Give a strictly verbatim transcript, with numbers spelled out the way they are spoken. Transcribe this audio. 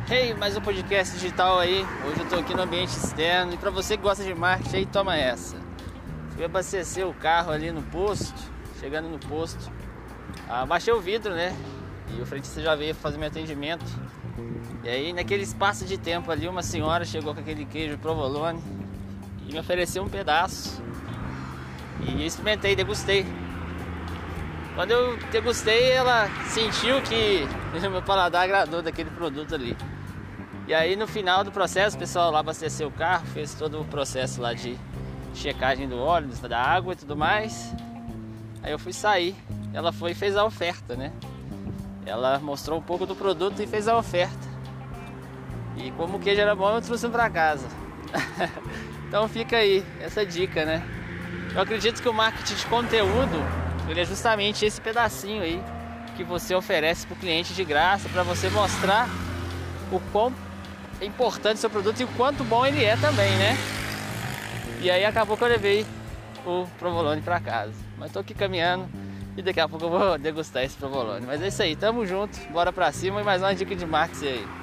Hey, mais um podcast digital aí. Hoje eu tô aqui no ambiente externo. E pra você que gosta de marketing aí, toma essa. Fui abastecer o carro ali no posto. Chegando no posto, abaixei o vidro, né? E o frentista já veio fazer meu atendimento. E aí naquele espaço de tempo ali, uma senhora chegou com aquele queijo provolone e me ofereceu um pedaço. E eu experimentei, degustei. Quando eu degustei, ela sentiu que meu paladar agradou daquele produto ali. E aí no final do processo, o pessoal lá abasteceu o carro, fez todo o processo lá de checagem do óleo, da água e tudo mais. Aí eu fui sair, ela foi e fez a oferta, né? Ela mostrou um pouco do produto e fez a oferta. E como o queijo era bom, eu trouxe pra casa. Então fica aí, essa dica, né? Eu acredito que o marketing de conteúdo, ele é justamente esse pedacinho aí que você oferece pro cliente de graça, para você mostrar o quão é importante o seu produto e o quanto bom ele é também, né? E aí acabou que eu levei o provolone pra casa. Mas tô aqui caminhando e daqui a pouco eu vou degustar esse provolone. Mas é isso aí, tamo junto, bora pra cima e mais uma dica de marketing aí.